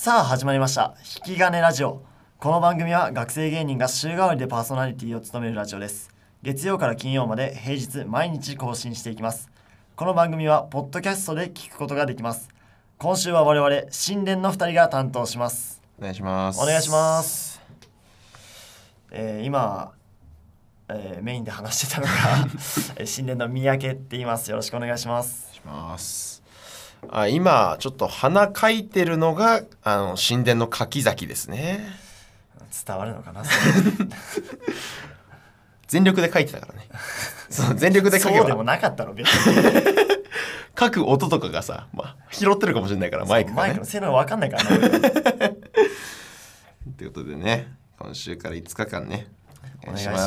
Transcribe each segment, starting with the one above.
さあ始まりました引き金ラジオ。この番組は学生芸人が週替わりでパーソナリティを務めるラジオです。月曜から金曜まで平日毎日更新していきます。この番組はポッドキャストで聞くことができます。今週は我々新連の2人が担当します。 お願いします。 お願いします。今、メインで話してたのが新連の三宅って言います。よろしくお願いします。 お願いします。今ちょっと鼻かいてるのが神殿の柿崎ですね。 伝わるのかな全力で書いてたからね。そう全力で書けばそうでもなかったの別に書く音とかがさ、拾ってるかもしれないからマイクがね。 マイクの性能分かんないからねということでね、今週から5日間ねお願いします。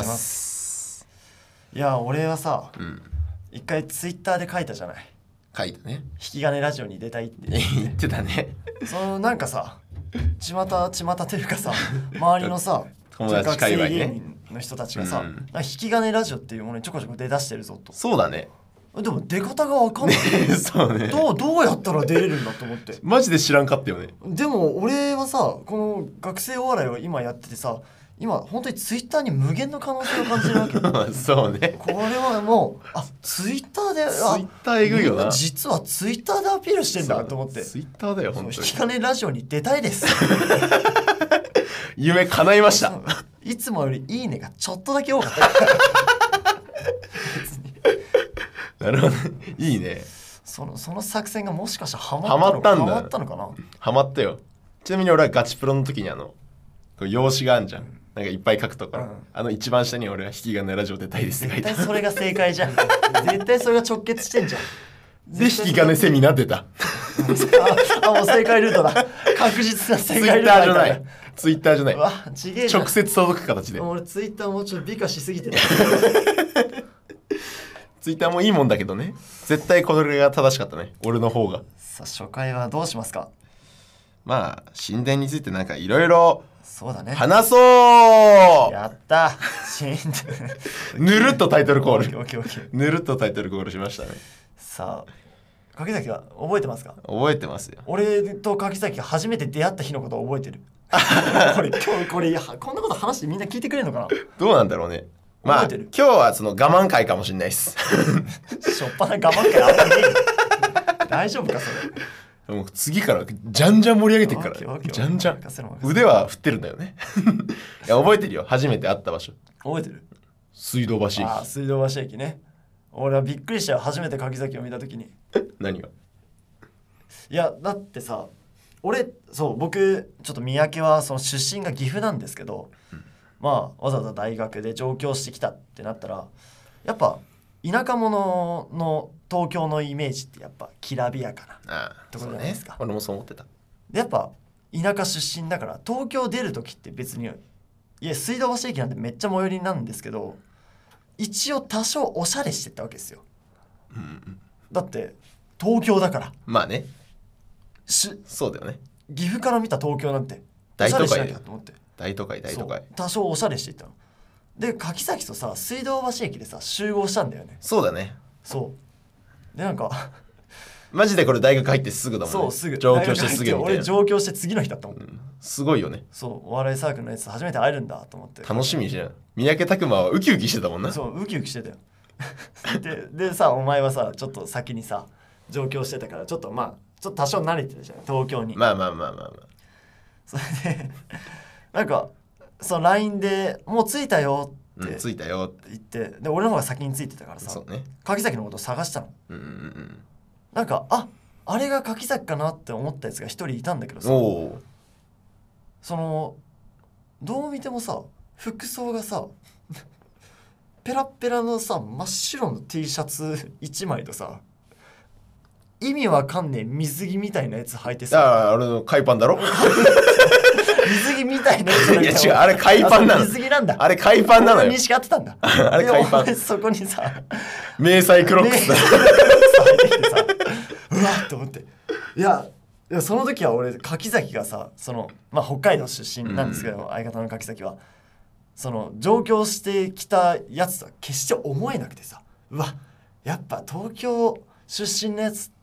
いや俺はさ、一回ツイッターで書いたじゃない。 書いたね。 引き金ラジオに出たいって言ってたね。 そのなんかさ巷というかさ周りのさ友達界隈ね、 学生芸人の人たちがさ、なんか引き金ラジオっていうものにちょこちょこ出だしてるぞと。 そうだね。 でも出方が分かんないそうね。 どうやったら出れるんだと思ってマジで知らんかったよね。 でも俺はさこの学生お笑いを今やっててさ、今本当にツイッターに無限の可能性を感じるわけそうね。 これはもうツイッターでツイッターえぐいよな。 実はツイッターでアピールしてんだと思って。 ツイッターだよ本当に。 引き金ラジオに出たいです夢叶いました。 いつもよりいいねがちょっとだけ多かったなるほどいいね。 その作戦がもしかしたらハマったのかな。 ハマったよ。ちなみに俺はガチプロの時に用紙があんじゃん、なんかいっぱい書くところ、一番下に俺は引き金ラジオ出たいですって書いて。 絶対それが正解じゃん絶対それが直結してんじゃん。 で引き金セミナー出たもう正解ルートだ。確実な正解ルートだ。 ツイッターじゃない。 うわちげえじゃん。 直接届く形で。 俺ツイッターもうちょっと美化しすぎてたツイッターもいいもんだけどね、絶対これが正しかったね、俺の方が。 さあ初回はどうしますか。 神殿についてなんかいろいろそうだね、 話そう。 やったぬるっとタイトルコールオッケーぬるっとタイトルコールしましたね。 さあ柿崎は覚えてますか。 覚えてますよ。 俺と柿崎が初めて出会った日のことを覚えてるこれこんなこと話してみんな聞いてくれるのかな。 どうなんだろうね。 覚えてる。 今日はその我慢会かもしれないですしょっぱな我慢会あんまりねえ大丈夫かそれ。 もう次からじゃんじゃん盛り上げていくから、じゃんじゃん腕は振ってるんだよねいや覚えてるよ、初めて会った場所覚えてる。 水道橋駅。 水道橋駅ね。俺はびっくりしたよ、初めて柿崎を見た時に何が。 いやだってさ僕ちょっと三宅はその出身が岐阜なんですけど、わざわざ大学で上京してきたってなったらやっぱ田舎者の東京のイメージってやっぱきらびやかなところじゃないですか。 俺もそう思ってた。 でやっぱ田舎出身だから東京出る時って別に水道橋駅なんてめっちゃ最寄りなんですけど一応多少おしゃれしてったわけですよ、だって東京だから。 ねそうだよね。 岐阜から見た東京なんて大都会おしゃれしなきゃと思って。 大都会多少おしゃれしていったので、柿崎とさ水道橋駅でさ集合したんだよね。 そうだね。 そうでなんかマジでこれ大学入ってすぐだもんね。 そうすぐ上京してすぐみたいな。 俺上京して次の日だったもん、 すごいよね。 お笑いサークルのやつ初めて会えるんだと思って。 楽しみじゃん。三宅拓磨はウキウキしてたもんな。 ウキウキしてたよでさお前はさちょっと先にさ上京してたからちょっと多少慣れてたじゃん東京に。それでなんかその LINE でもう着いたよって着いたよって言って、で俺の方が先に着いてたからさ、 そうね、 柿崎のことを探したの。なんかあれが柿崎かなって思ったやつが一人いたんだけどさ、どう見てもさ服装がさペラッペラのさ真っ白の T シャツ1枚とさ意味わかんねえ水着みたいなやつ履いてさ、 俺の海パンだろ水着みたいなやついや違う、あれ海パンなの。 水着なんだ。 あれ海パンなのよ。 認識合ってたんだ。 あれ海パン。 そこにさ迷彩クロックスだ。 履いてきてさうわっと思って、いやその時は俺柿崎がさ北海道出身なんですけど、相方の柿崎は上京してきたやつとは決して思えなくてさ、うわやっぱ東京出身のやつって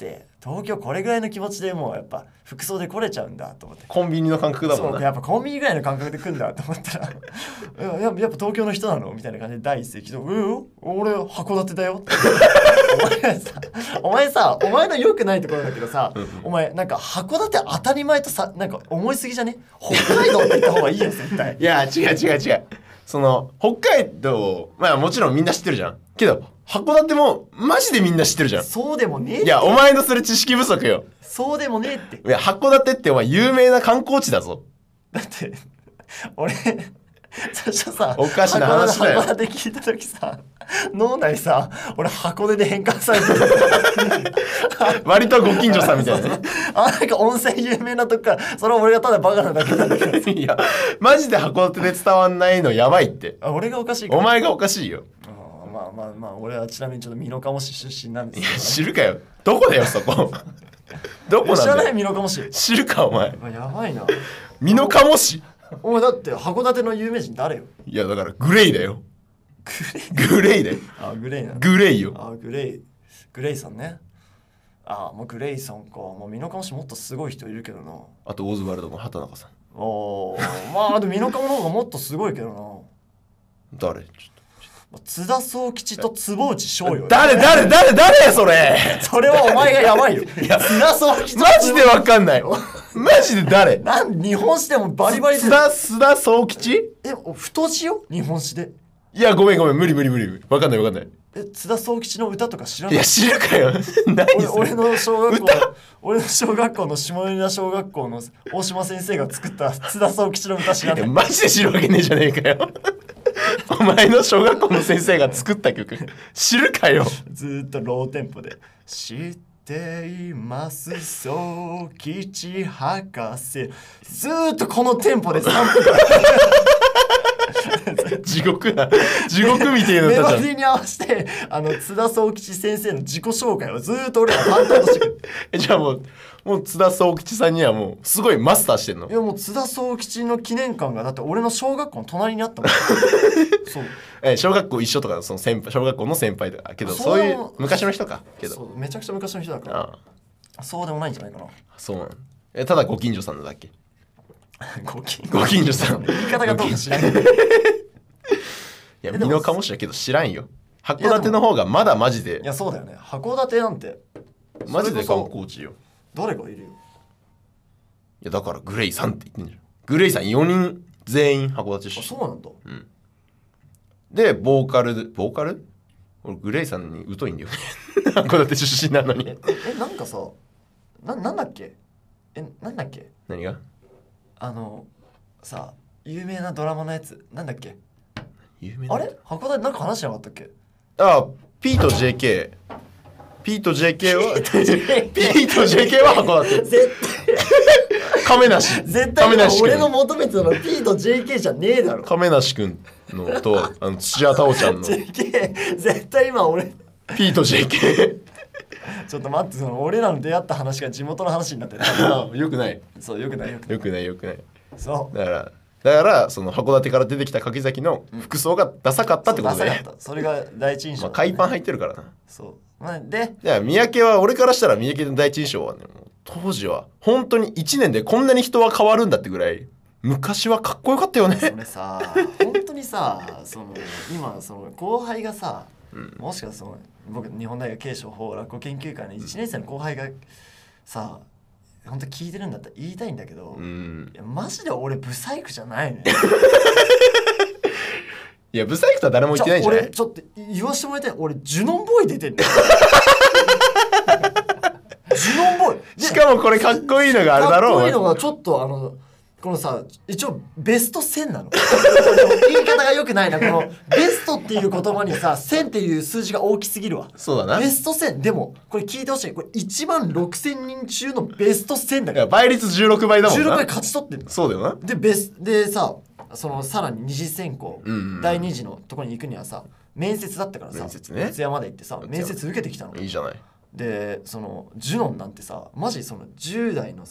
東京これぐらいの気持ちでもうやっぱ服装で来れちゃうんだと思って、 コンビニの感覚だもんな。 そうやっぱコンビニぐらいの感覚で来るんだと思ったらやっぱ東京の人なのみたいな感じで第一声聞いて、俺函館だよってお前さお前の良くないところだけどさ、お前なんか函館当たり前とさなんか思いすぎじゃね？北海道って言った方がいいよ絶対。 いや違うその北海道まあもちろんみんな知ってるじゃんけど、函館もマジでみんな知ってるじゃん。 そうでもねえって。 いやお前のそれ知識不足よ。 そうでもねえって。 いや函館ってお前有名な観光地だぞ。 だって俺最初さおかしな話だよ。 函館聞いた時さ脳内さ俺箱根で変換されてる割とご近所さんみたいなね。 なんか温泉有名なとこからそれは俺がただバカなだけなんだけどいやマジで函館で伝わんないのやばいって。 俺がおかしいかお前がおかしいよ。 まあ俺はちなみにちょっと美濃加茂市出身なんですけど、ね、 知るかよ。どこだよそこどこなんだよ。 知らない美濃加茂市。 知るかお前。 やばいな。 美濃加茂市。 お前だって函館の有名人誰よ。 いやだからグレイだよ。グレイだよ。 グレイな。 グレイよ。 グレイさんね。もうグレイさんか。もう美濃加茂市もっとすごい人いるけどな。 あとオズワルドの畑中さん。 まあでも美濃加茂の方がもっとすごいけどな。 誰？ちょっと津田宗吉と坪内翔よ。 誰それ。 それはお前がやばいよ。いや津田宗吉マジでわかんない。マジで誰？ 日本史でもバリバリで。 津田宗吉？ 太字よ日本史で。 いやごめん無理わかんない津田宗吉の歌とか知らない？ いや知るかよ何俺の小学校の下米田小学校の大島先生が作った津田宗吉の歌知らない？ マジで知るわけねえじゃねえかよお前の小学校の先生が作った曲知るかよ。 ずーっとローテンポで知っています宗吉博士、ずーっとこのテンポで3分間地獄みたいなメロ歌じゃん。 ディーに合わせて津田宗吉先生の自己紹介をずーっと俺ら淡々としてくるじゃあもう津田宗吉さんにはもうすごいマスターしてんの？ いやもう津田宗吉の記念館がだって俺の小学校の隣にあったもんそう小学校一緒とかその小学校の先輩とかけどそういう昔の人かけどそうめちゃくちゃ昔の人だからそうでもないんじゃないかな。 そうなの。ただご近所さんだっけご近所さん言い方がどうか知らないいや美濃加茂市だけど知らんよ。函館の方がまだマジで。 いやそうだよね。函館なんてマジで観光地よ。 誰がいるよ。 いやだからグレイさんって言ってんじゃん。グレイさん4人全員函館出身。 そうなんだ。 でボーカル俺グレイさんに疎いんだよね函館出身なのに。 なんかさなんだっけなんだっけ何がさ有名なドラマのやつなんだっけ。 有名なあれ函館なんか話しなかったっけ。 P と JK はP と JK は函館絶亀梨絶対俺の求めてたの P と JK じゃねえだろ。 亀梨くんのと土屋太鳳ちゃんの JK 絶対今俺 P と JK ちょっと待って俺らの出会った話が地元の話になってるよくないそうよくないそうだからその函館から出てきた柿崎の服装がダサかったってことで、 それが第一印象、 海パン入ってるからな。 そうでいや三宅は俺からしたら三宅の第一印象はね当時は本当に1年でこんなに人は変わるんだってぐらい昔はかっこよかったよね。 それさ本当にさ今後輩がさ、もしかしたら僕日本大学慶尚法落語研究会の1年生の後輩がさ本当聞いてるんだったら言いたいんだけど、いやマジで俺ブサイクじゃないねいやブサイクとは誰も言ってないんじゃない。 俺ちょっと言わしてもらいたい。俺ジュノンボーイ出てんだよジュノンボーイしかもこれかっこいいのがあれだろう。 かっこいいのがちょっとこのさ一応ベスト1000なの言い方が良くないな。このベストっていう言葉にさ1000っていう数字が大きすぎるわ。 そうだな。 ベスト1000でもこれ聞いてほしい。これ1万6000人中のベスト1000だから。 いや倍率16倍だもんな。 16倍勝ち取ってる。 そうだよな。 でささらに二次選考、第2次のところに行くにはさ面接だったからさ面接ね。 四谷まで行ってさ面接受けてきたの。 いいじゃない。 でジュノンなんてさマジ10代のさ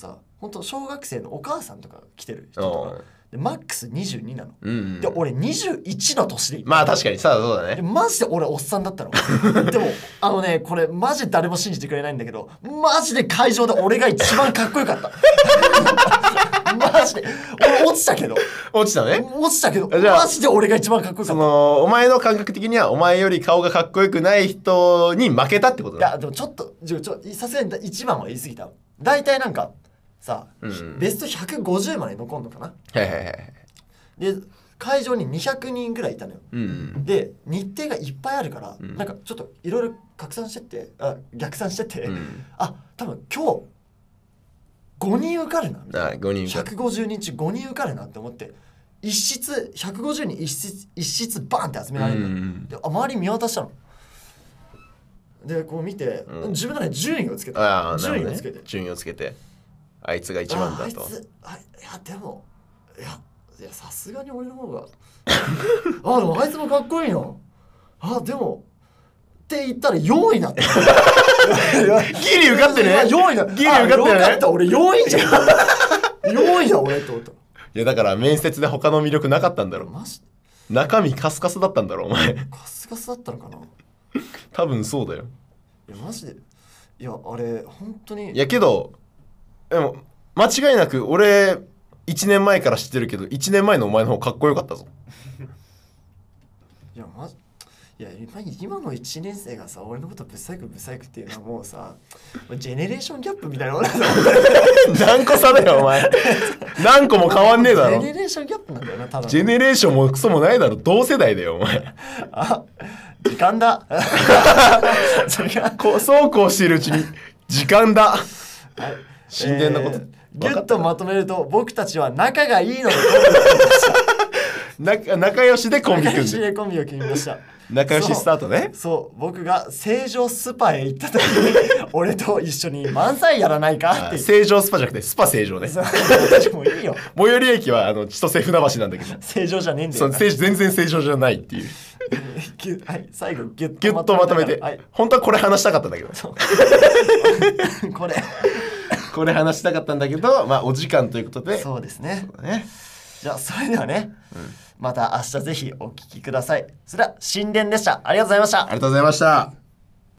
本当小学生のお母さんとか来てる人とかでマックス22なの、 うんうん、 で俺21の年で行った。 まあ確かにさそうだね。 マジで俺おっさんだったのでもこれマジで誰も信じてくれないんだけど、マジで会場で俺が一番かっこよかったマジで俺落ちたけど落ちたね。 落ちたけどマジで俺が一番かっこよかった。 お前の感覚的にはお前より顔がかっこよくない人に負けたってことだ。 いやでもちょっとさすがに1番は言い過ぎた。大体なんかさ、うん、ベスト150まで残んのかな。 はいはいはい。 で会場に200人ぐらいいたのよ、うん、で日程がいっぱいあるから、うん、なんかちょっといろいろ逆算してて、うん、多分今日5人受かるなみたいな。150人中5人受かるなって思って1室150人一室バーンって集められるの、うん、で周り見渡したのでこう見て、うん、自分のね順位をつけた。順位をつけてあいつが一番だと。いやでもいやさすがに俺の方がでもあいつもかっこいいな。でもって言ったら4位だったギリ受かってね。 4位だ。ギリ受かってね。俺4位じゃん4位だ俺って思った。いやだから面接で他の魅力なかったんだろ。 マジ中身カスカスだったんだろお前。 カスカスだったのかな多分そうだよ。 いやマジでいやあれ本当に。 いやけどでも間違いなく俺1年前から知ってるけど1年前のお前の方かっこよかったぞいや今の1年生がさ俺のことブサイクっていうのはもうさジェネレーションギャップみたいなものだ何個差だよお前何個も変わんねえだろ。 ジェネレーションギャップなんだよな。ただジェネレーションもクソもないだろ。同世代だよお前時間だそうこうしているうちに時間だ、はい、神殿のこと、 ギュッとまとめると僕たちは仲がいいので仲良しでコンビ組んで。 仲良しでコンビを組みました。 仲良しスタートね。 そう僕が成城スパへ行った時に俺と一緒に漫才やらないかって。 成城スパじゃなくてスパ成城ね。 もういいよ。 最寄り駅は千歳船橋なんだけど成城じゃねえんだよな。 全然成城じゃないっていうはい最後ギュッとまとめて、はい、本当はこれ話したかったんだけどこれ話したかったんだけどまあお時間ということで。 そうですね。じゃあそれではね、また明日ぜひお聞きください。それでは神殿でした。ありがとうございました。 ありがとうございました。